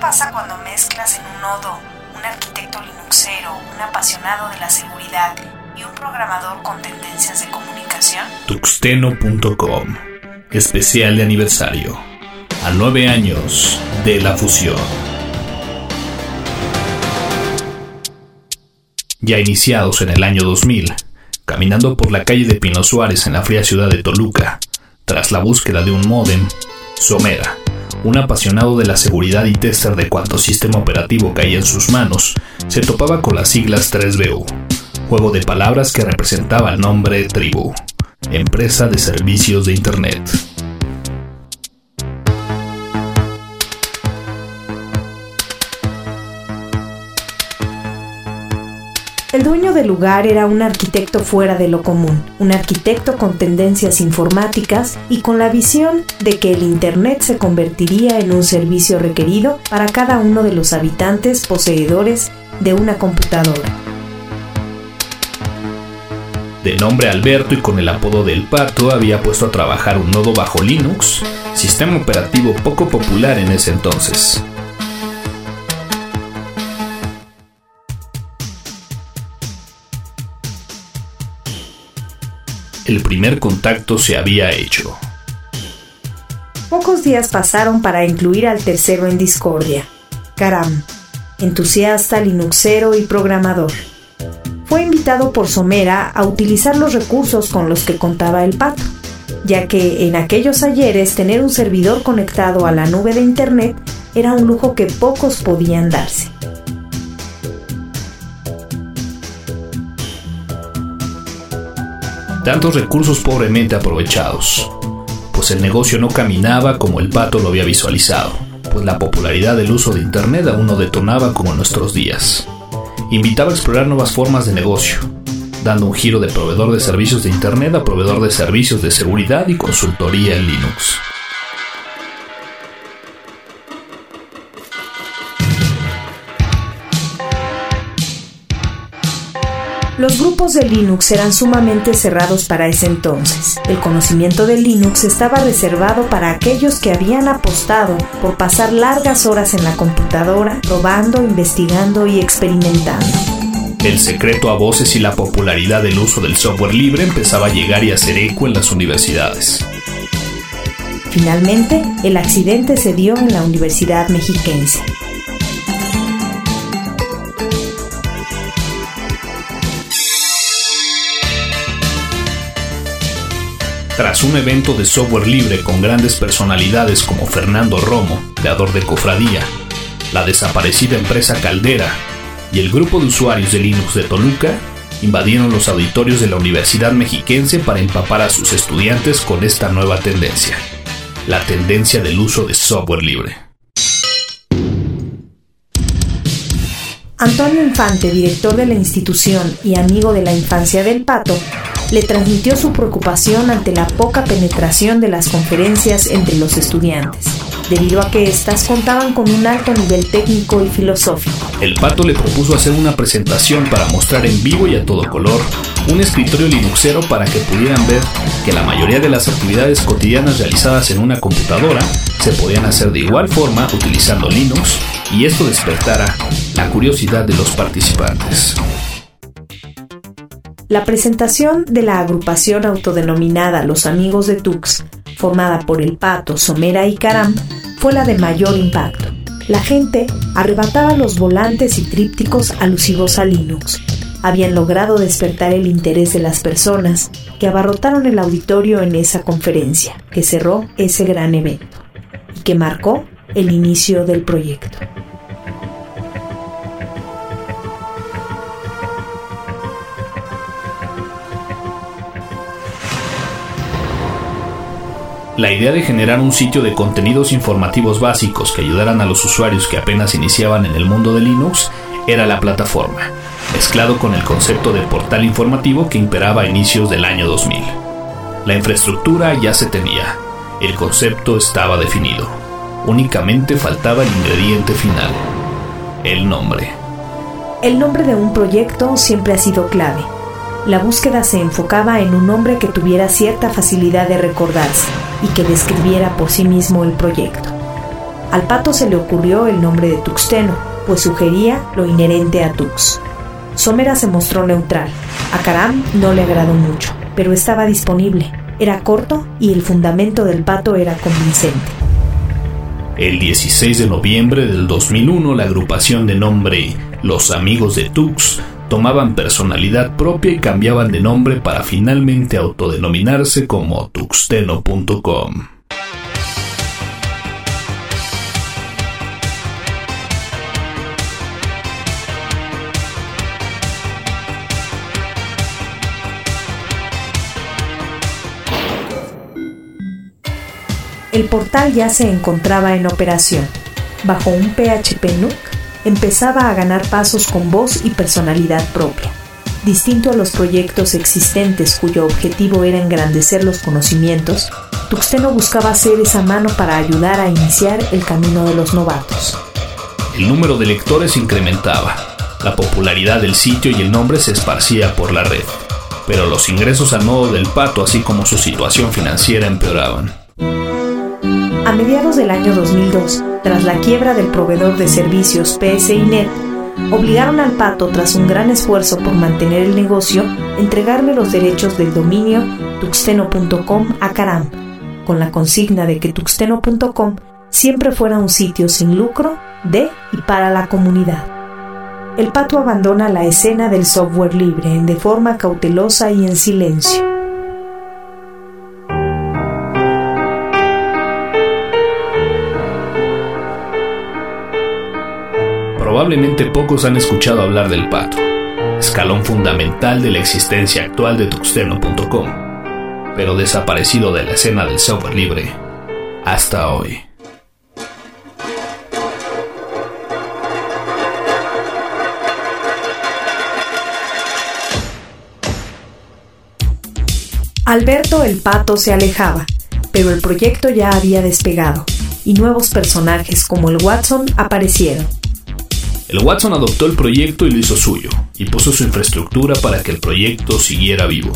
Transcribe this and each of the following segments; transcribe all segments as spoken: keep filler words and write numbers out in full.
pasa cuando mezclas en un nodo un arquitecto linuxero, un apasionado de la seguridad y un programador con tendencias de comunicación? Tuxteno punto com. Especial de aniversario. A nueve años de la fusión. Ya iniciados en el año dos mil, caminando por la calle de Pino Suárez en la fría ciudad de Toluca, tras la búsqueda de un módem, Somera, un apasionado de la seguridad y tester de cuanto sistema operativo caía en sus manos, se topaba con las siglas tres B U, juego de palabras que representaba el nombre Tribu, empresa de servicios de Internet. El dueño del lugar era un arquitecto fuera de lo común, un arquitecto con tendencias informáticas y con la visión de que el Internet se convertiría en un servicio requerido para cada uno de los habitantes poseedores de una computadora. De nombre Alberto y con el apodo del Pato, había puesto a trabajar un nodo bajo Linux, sistema operativo poco popular en ese entonces. El primer contacto se había hecho. Pocos días pasaron para incluir al tercero en discordia, Karam, entusiasta, linuxero y programador. Fue invitado por Somera a utilizar los recursos con los que contaba el Pato, ya que en aquellos ayeres tener un servidor conectado a la nube de Internet era un lujo que pocos podían darse. Tantos recursos pobremente aprovechados, pues el negocio no caminaba como el Pato lo había visualizado, pues la popularidad del uso de Internet aún no detonaba como en nuestros días. Invitaba a explorar nuevas formas de negocio, dando un giro de proveedor de servicios de Internet a proveedor de servicios de seguridad y consultoría en Linux. Los grupos de Linux eran sumamente cerrados para ese entonces. El conocimiento de Linux estaba reservado para aquellos que habían apostado por pasar largas horas en la computadora, probando, investigando y experimentando. El secreto a voces y la popularidad del uso del software libre empezaba a llegar y a hacer eco en las universidades. Finalmente, el accidente se dio en la Universidad Mexiquense. Tras un evento de software libre con grandes personalidades como Fernando Romo, creador de Cofradía, la desaparecida empresa Caldera y el grupo de usuarios de Linux de Toluca, invadieron los auditorios de la Universidad Mexiquense para empapar a sus estudiantes con esta nueva tendencia, la tendencia del uso de software libre. Antonio Infante, director de la institución y amigo de la infancia del Pato, le transmitió su preocupación ante la poca penetración de las conferencias entre los estudiantes, debido a que éstas contaban con un alto nivel técnico y filosófico. El Pato le propuso hacer una presentación para mostrar en vivo y a todo color un escritorio linuxero para que pudieran ver que la mayoría de las actividades cotidianas realizadas en una computadora se podían hacer de igual forma utilizando Linux, y esto despertara la curiosidad de los participantes. La presentación de la agrupación autodenominada Los Amigos de Tux, formada por el Pato, Somera y Karam, fue la de mayor impacto. La gente arrebataba los volantes y trípticos alusivos a Linux. Habían logrado despertar el interés de las personas que abarrotaron el auditorio en esa conferencia, que cerró ese gran evento y que marcó el inicio del proyecto. La idea de generar un sitio de contenidos informativos básicos que ayudaran a los usuarios que apenas iniciaban en el mundo de Linux era la plataforma, mezclado con el concepto de portal informativo que imperaba a inicios del año dos mil. La infraestructura ya se tenía, el concepto estaba definido, únicamente faltaba el ingrediente final, el nombre. El nombre de un proyecto siempre ha sido clave. La búsqueda se enfocaba en un nombre que tuviera cierta facilidad de recordarse y que describiera por sí mismo el proyecto. Al Pato se le ocurrió el nombre de Tuxteno, pues sugería lo inherente a Tux. Somera se mostró neutral. A Karam no le agradó mucho, pero estaba disponible. Era corto y el fundamento del Pato era convincente. El dieciséis de noviembre del dos mil uno, la agrupación de nombre Los Amigos de Tux tomaban personalidad propia y cambiaban de nombre para finalmente autodenominarse como tuxteno punto com. El portal ya se encontraba en operación. Bajo un P H P N U C, empezaba a ganar pasos con voz y personalidad propia. Distinto a los proyectos existentes cuyo objetivo era engrandecer los conocimientos, Tuxteno buscaba ser esa mano para ayudar a iniciar el camino de los novatos. El número de lectores incrementaba, la popularidad del sitio y el nombre se esparcía por la red, pero los ingresos al modo del Pato, así como su situación financiera, empeoraban. A mediados del año dos mil dos, tras la quiebra del proveedor de servicios P S I Net, obligaron al Pato, tras un gran esfuerzo por mantener el negocio, entregarle los derechos del dominio tuxteno punto com a Karam, con la consigna de que tuxteno punto com siempre fuera un sitio sin lucro de y para la comunidad. El Pato abandona la escena del software libre de forma cautelosa y en silencio. Probablemente pocos han escuchado hablar del Pato, escalón fundamental de la existencia actual de tuxteno punto com, pero desaparecido de la escena del software libre hasta hoy. Alberto el Pato se alejaba, pero el proyecto ya había despegado, y nuevos personajes como el Watson aparecieron. El Watson adoptó el proyecto y lo hizo suyo, y puso su infraestructura para que el proyecto siguiera vivo.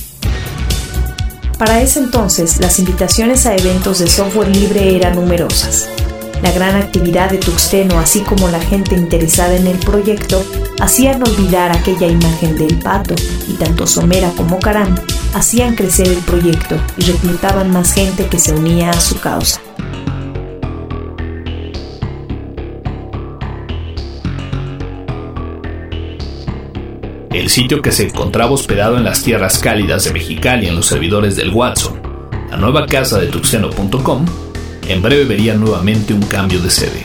Para ese entonces, las invitaciones a eventos de software libre eran numerosas. La gran actividad de Tuxteno, así como la gente interesada en el proyecto, hacían olvidar aquella imagen del Pato, y tanto Somera como Karam hacían crecer el proyecto y reclutaban más gente que se unía a su causa. El sitio, que se encontraba hospedado en las tierras cálidas de Mexicali en los servidores del Watson, la nueva casa de tuxteno punto com, en breve vería nuevamente un cambio de sede.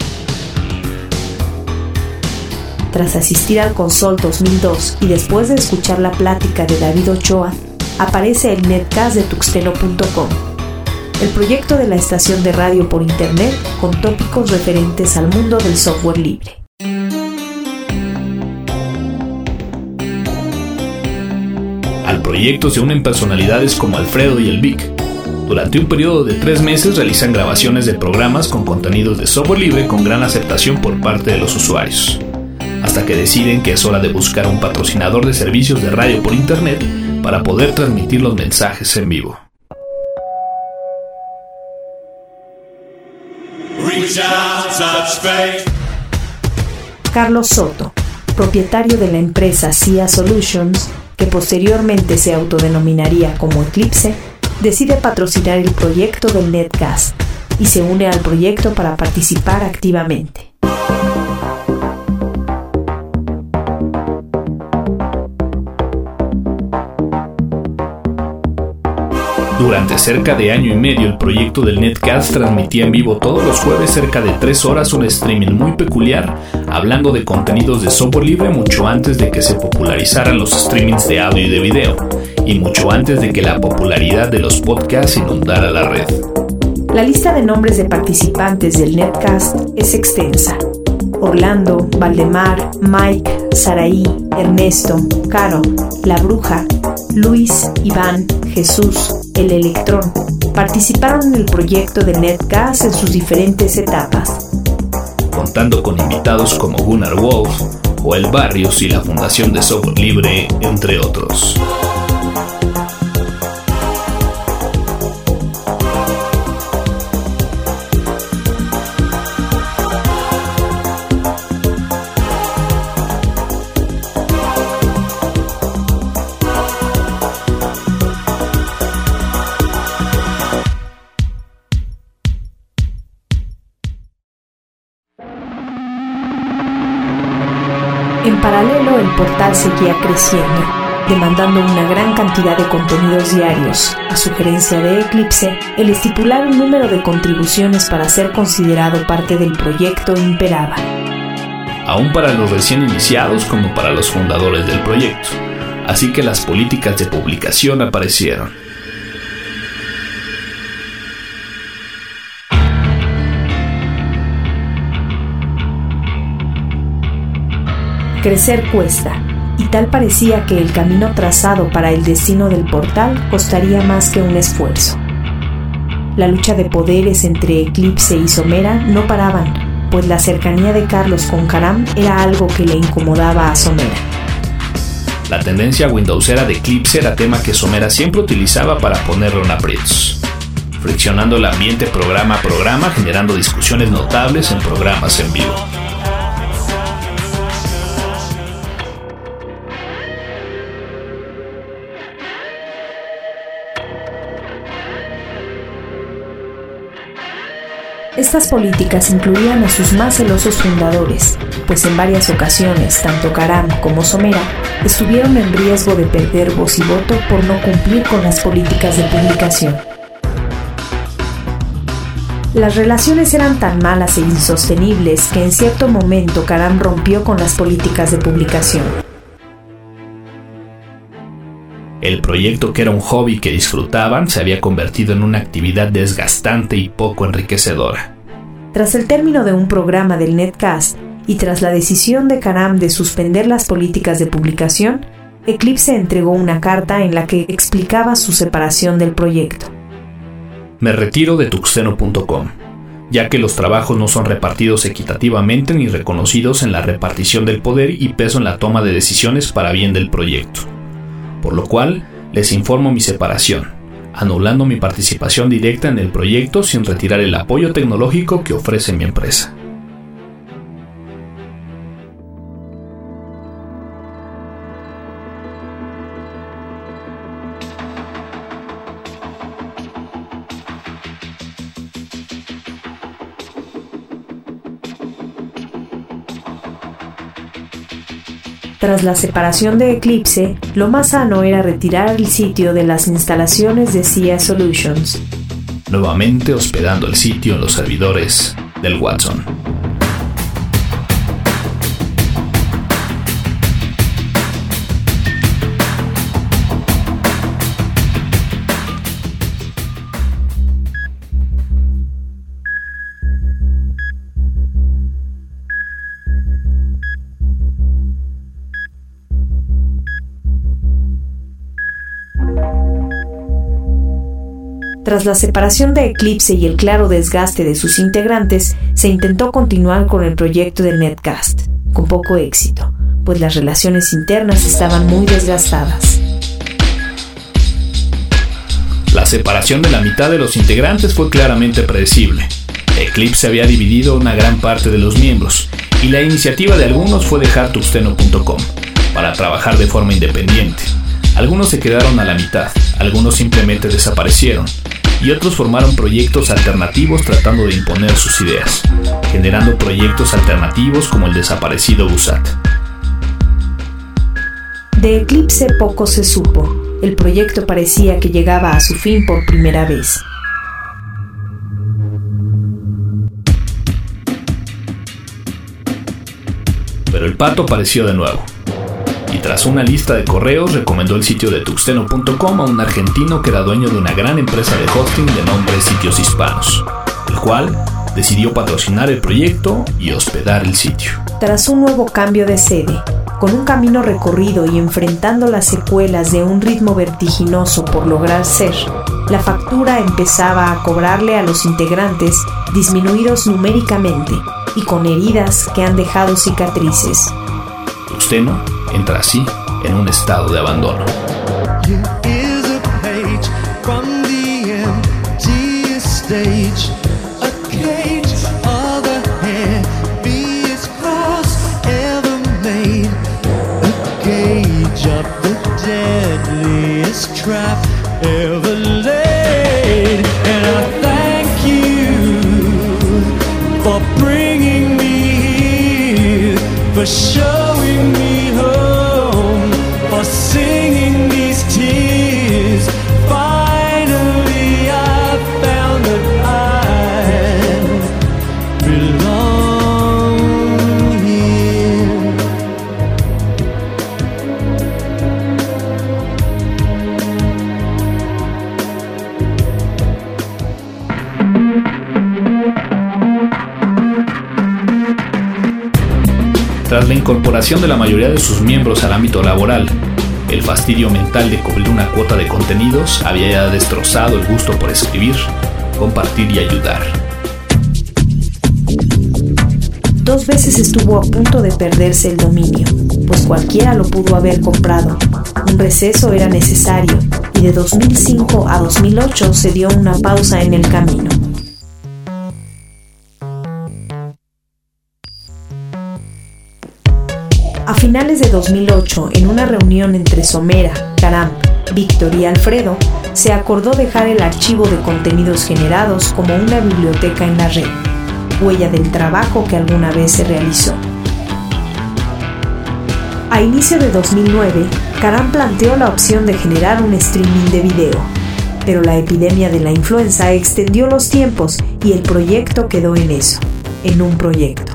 Tras asistir al Consol dos mil dos y después de escuchar la plática de David Ochoa, aparece el Netcast de tuxteno punto com, el proyecto de la estación de radio por internet con tópicos referentes al mundo del software libre. Al proyecto se unen personalidades como Alfredo y el Vic. Durante un periodo de tres meses realizan grabaciones de programas con contenidos de software libre con gran aceptación por parte de los usuarios, hasta que deciden que es hora de buscar un patrocinador de servicios de radio por internet para poder transmitir los mensajes en vivo. Carlos Soto, propietario de la empresa C I A Solutions, que posteriormente se autodenominaría como Eclipse, decide patrocinar el proyecto del Netcast y se une al proyecto para participar activamente. Durante cerca de año y medio, el proyecto del Netcast transmitía en vivo todos los jueves cerca de tres horas un streaming muy peculiar, hablando de contenidos de software libre mucho antes de que se popularizaran los streamings de audio y de video, y mucho antes de que la popularidad de los podcasts inundara la red. La lista de nombres de participantes del Netcast es extensa. Orlando, Valdemar, Mike, Saraí, Ernesto, Caro, La Bruja, Luis, Iván, Jesús, El Electrón participaron en el proyecto de Netcast en sus diferentes etapas, contando con invitados como Gunnar Wolf, Joel Barrios y la Fundación de Software Libre, entre otros. En paralelo, el portal seguía creciendo, demandando una gran cantidad de contenidos diarios. A sugerencia de Eclipse, el estipular un número de contribuciones para ser considerado parte del proyecto imperaba. Aún para los recién iniciados como para los fundadores del proyecto. Así que las políticas de publicación aparecieron. Crecer cuesta, y tal parecía que el camino trazado para el destino del portal costaría más que un esfuerzo. La lucha de poderes entre Eclipse y Somera no paraban, pues la cercanía de Carlos con Karam era algo que le incomodaba a Somera. La tendencia windowsera de Eclipse era tema que Somera siempre utilizaba para ponerlo en aprietos, friccionando el ambiente programa a programa, generando discusiones notables en programas en vivo. Estas políticas incluían a sus más celosos fundadores, pues en varias ocasiones, tanto Karam como Somera estuvieron en riesgo de perder voz y voto por no cumplir con las políticas de publicación. Las relaciones eran tan malas e insostenibles que en cierto momento Karam rompió con las políticas de publicación. El proyecto, que era un hobby que disfrutaban, se había convertido en una actividad desgastante y poco enriquecedora. Tras el término de un programa del Netcast y tras la decisión de Karam de suspender las políticas de publicación, Eclipse entregó una carta en la que explicaba su separación del proyecto. Me retiro de tuxteno punto com, ya que los trabajos no son repartidos equitativamente ni reconocidos en la repartición del poder y peso en la toma de decisiones para bien del proyecto. Por lo cual, les informo mi separación, anulando mi participación directa en el proyecto sin retirar el apoyo tecnológico que ofrece mi empresa. Tras la separación de Eclipse, lo más sano era retirar el sitio de las instalaciones de C I A Solutions, nuevamente hospedando el sitio en los servidores del Watson. Tras la separación de Eclipse y el claro desgaste de sus integrantes, se intentó continuar con el proyecto del Netcast, con poco éxito, pues las relaciones internas estaban muy desgastadas. La separación de la mitad de los integrantes fue claramente predecible. Eclipse había dividido una gran parte de los miembros, y la iniciativa de algunos fue dejar tuxteno punto com para trabajar de forma independiente. Algunos se quedaron a la mitad, algunos simplemente desaparecieron, y otros formaron proyectos alternativos tratando de imponer sus ideas, generando proyectos alternativos como el desaparecido Busat. De Eclipse poco se supo. El proyecto parecía que llegaba a su fin por primera vez. Pero el pato apareció de nuevo. Y tras una lista de correos recomendó el sitio de tuxteno punto com a un argentino que era dueño de una gran empresa de hosting de nombre Sitios Hispanos, el cual decidió patrocinar el proyecto y hospedar el sitio. Tras un nuevo cambio de sede, con un camino recorrido y enfrentando las secuelas de un ritmo vertiginoso por lograr ser, la factura empezaba a cobrarle a los integrantes disminuidos numéricamente y con heridas que han dejado cicatrices. Tuxteno entra así en un estado de abandono. For showing me la incorporación de la mayoría de sus miembros al ámbito laboral, el fastidio mental de cubrir una cuota de contenidos había ya destrozado el gusto por escribir, compartir y ayudar. Dos veces estuvo a punto de perderse el dominio, pues cualquiera lo pudo haber comprado. Un receso era necesario, y de dos mil cinco a dos mil ocho se dio una pausa en el camino. A finales de dos mil ocho, en una reunión entre Somera, Karam, Víctor y Alfredo, se acordó dejar el archivo de contenidos generados como una biblioteca en la red, huella del trabajo que alguna vez se realizó. A inicio de dos mil nueve, Karam planteó la opción de generar un streaming de video, pero la epidemia de la influenza extendió los tiempos y el proyecto quedó en eso, en un proyecto.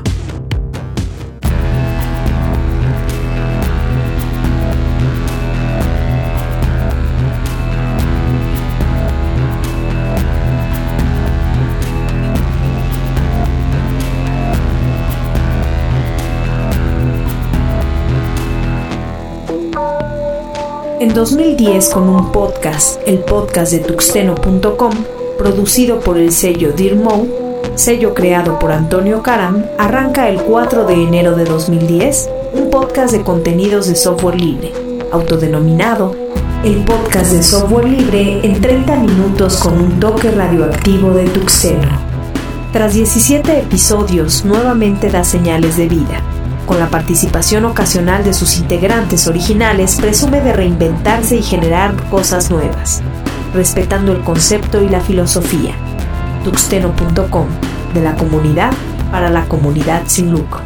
En dos mil diez, con un podcast, el podcast de tuxteno punto com, producido por el sello Dear Mo, sello creado por Antonio Karam, arranca el cuatro de enero de dos mil diez un podcast de contenidos de software libre, autodenominado el podcast de software libre en treinta minutos con un toque radioactivo de Tuxteno. Tras diecisiete episodios, nuevamente da señales de vida. Con la participación ocasional de sus integrantes originales, presume de reinventarse y generar cosas nuevas, respetando el concepto y la filosofía. tuxteno punto com, de la comunidad para la comunidad sin lucro.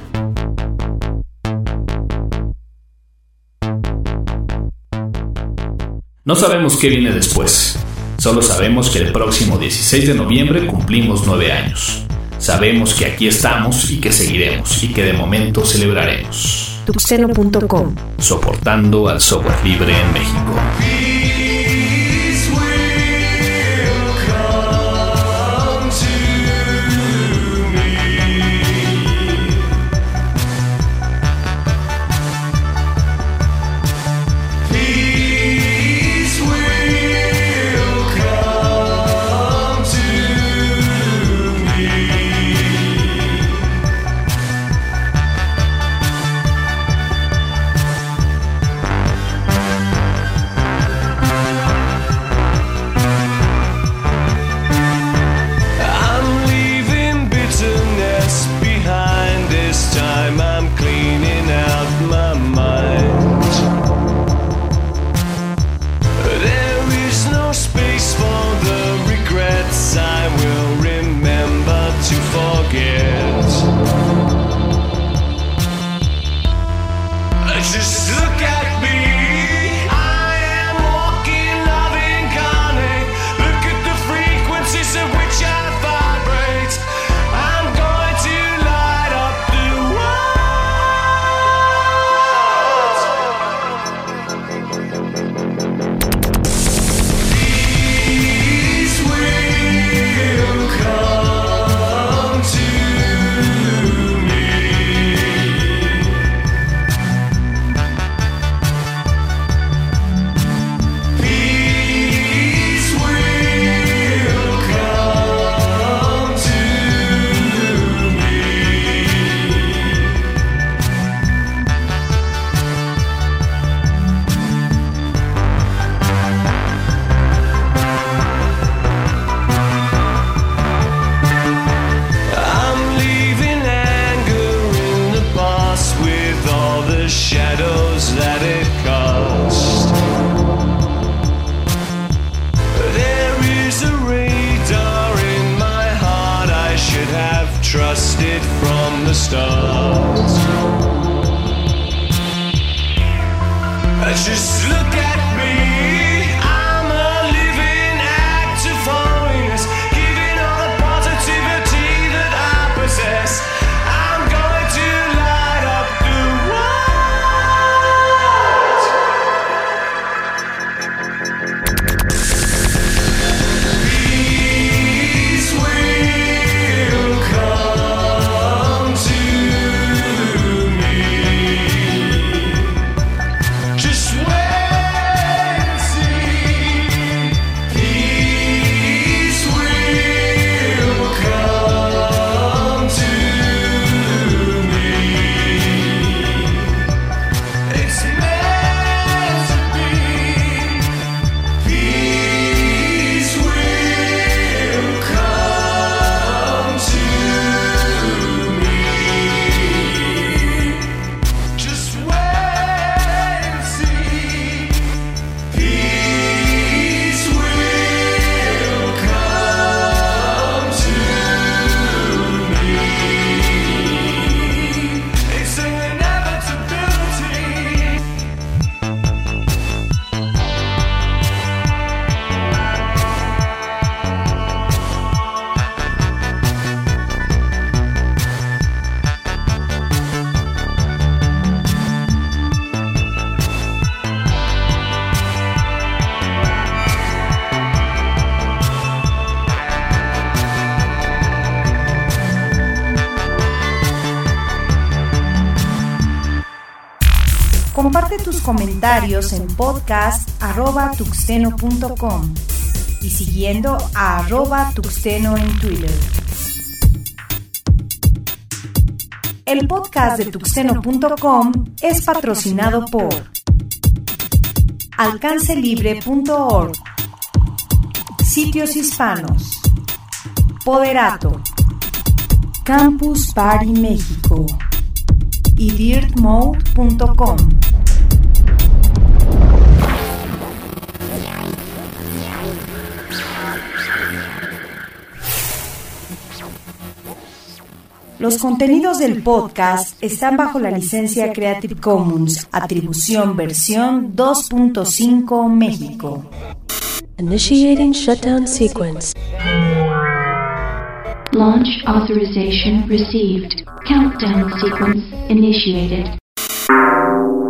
No sabemos qué viene después. Solo sabemos que el próximo dieciséis de noviembre cumplimos nueve años. Sabemos que aquí estamos y que seguiremos y que de momento celebraremos. tuxteno punto com, soportando al software libre en México. Comparte tus comentarios en podcast arroba tuxteno punto com y siguiendo a arroba tuxteno en Twitter. El podcast de tuxteno punto com es patrocinado por alcance libre punto org, Sitios Hispanos, Poderato, Campus Party México y dirt mode punto com. Los contenidos del podcast están bajo la licencia Creative Commons, atribución versión dos punto cinco México. Initiating shutdown sequence. Launch authorization received. Countdown sequence initiated.